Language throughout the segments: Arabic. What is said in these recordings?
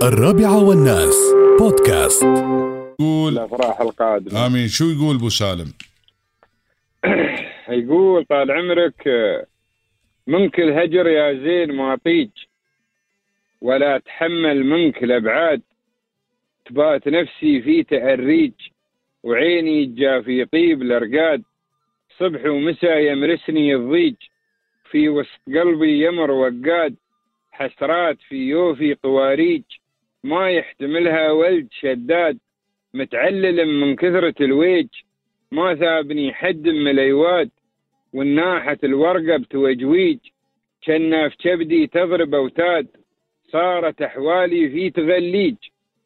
الرابعة والناس بودكاست. يقول الأفراح القادمة. آمين. شو يقول أبو سالم؟ يقول طال عمرك، منك الهجر يا زين ما طيج، ولا أتحمل منك الأبعاد، تبات نفسي في تأريج، وعيني جا في طيب الأرقاد، صبح ومساء يمرسني الضيج، في وسط قلبي يمر وقاد، حسرات في يوفي قواريج، ما يحتملها ولد شداد، متعلل من كثرة الويج، ما ثابني حد من الأيواد، والناحة الورقة بتوجويج، كنا في كبدي تضرب أوتاد، صارت أحوالي في تغليج،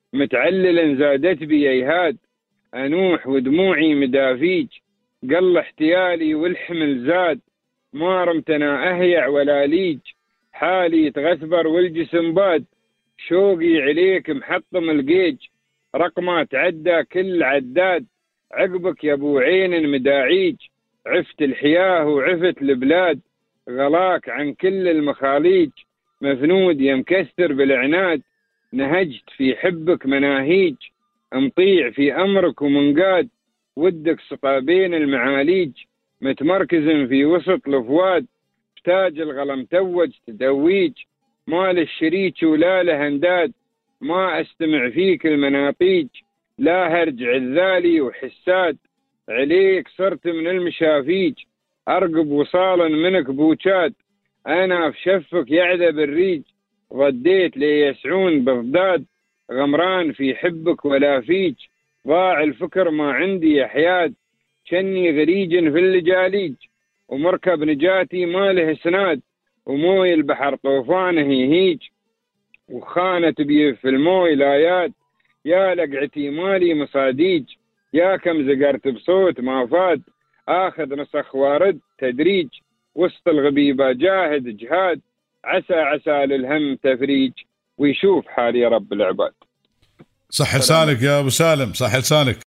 متعلل زادت بي أيهاد، أنوح ودموعي مدافيج، قل احتيالي والحمل زاد، ما رمتنا أهيع ولا ليج، حالي تغثبر والجسم باد، شوقي عليك محطم الجيج، رقمه تعدى كل عداد، عقبك يا ابو عين مداعيج، عفت الحياه وعفت البلاد، غلاك عن كل المخاليج، مفنود يا مكسر بالعناد، نهجت في حبك مناهيج، مطيع في امرك ومنقاد، ودك سقابين المعاليج، متمركز في وسط الافواد، تاج الغلم توج تدويج، ما للشريك ولا له انداد، ما استمع فيك المناطيج، لا هرج عذالي وحساد، عليك صرت من المشافيج، ارقب وصالا منك بوشاد، انا في شفك يعذب الريج، رديت ليسعون بغداد، غمران في حبك ولا فيج، ضاع الفكر ما عندي احياد، كني غريج في اللجاليج، ومركب نجاتي ما له سناد، وموي البحر طوفانه يهيج، وخانت بي في الموي لايات، يا لقعتي مالي مصاديج، يا كم زقرت بصوت ما فاد، آخذ نسخ وارد تدريج، وسط الغبيبة جاهد جهاد، عسى للهم تفريج، ويشوف حالي رب العباد. صح لسانك يا أبو سالم، صح لسانك.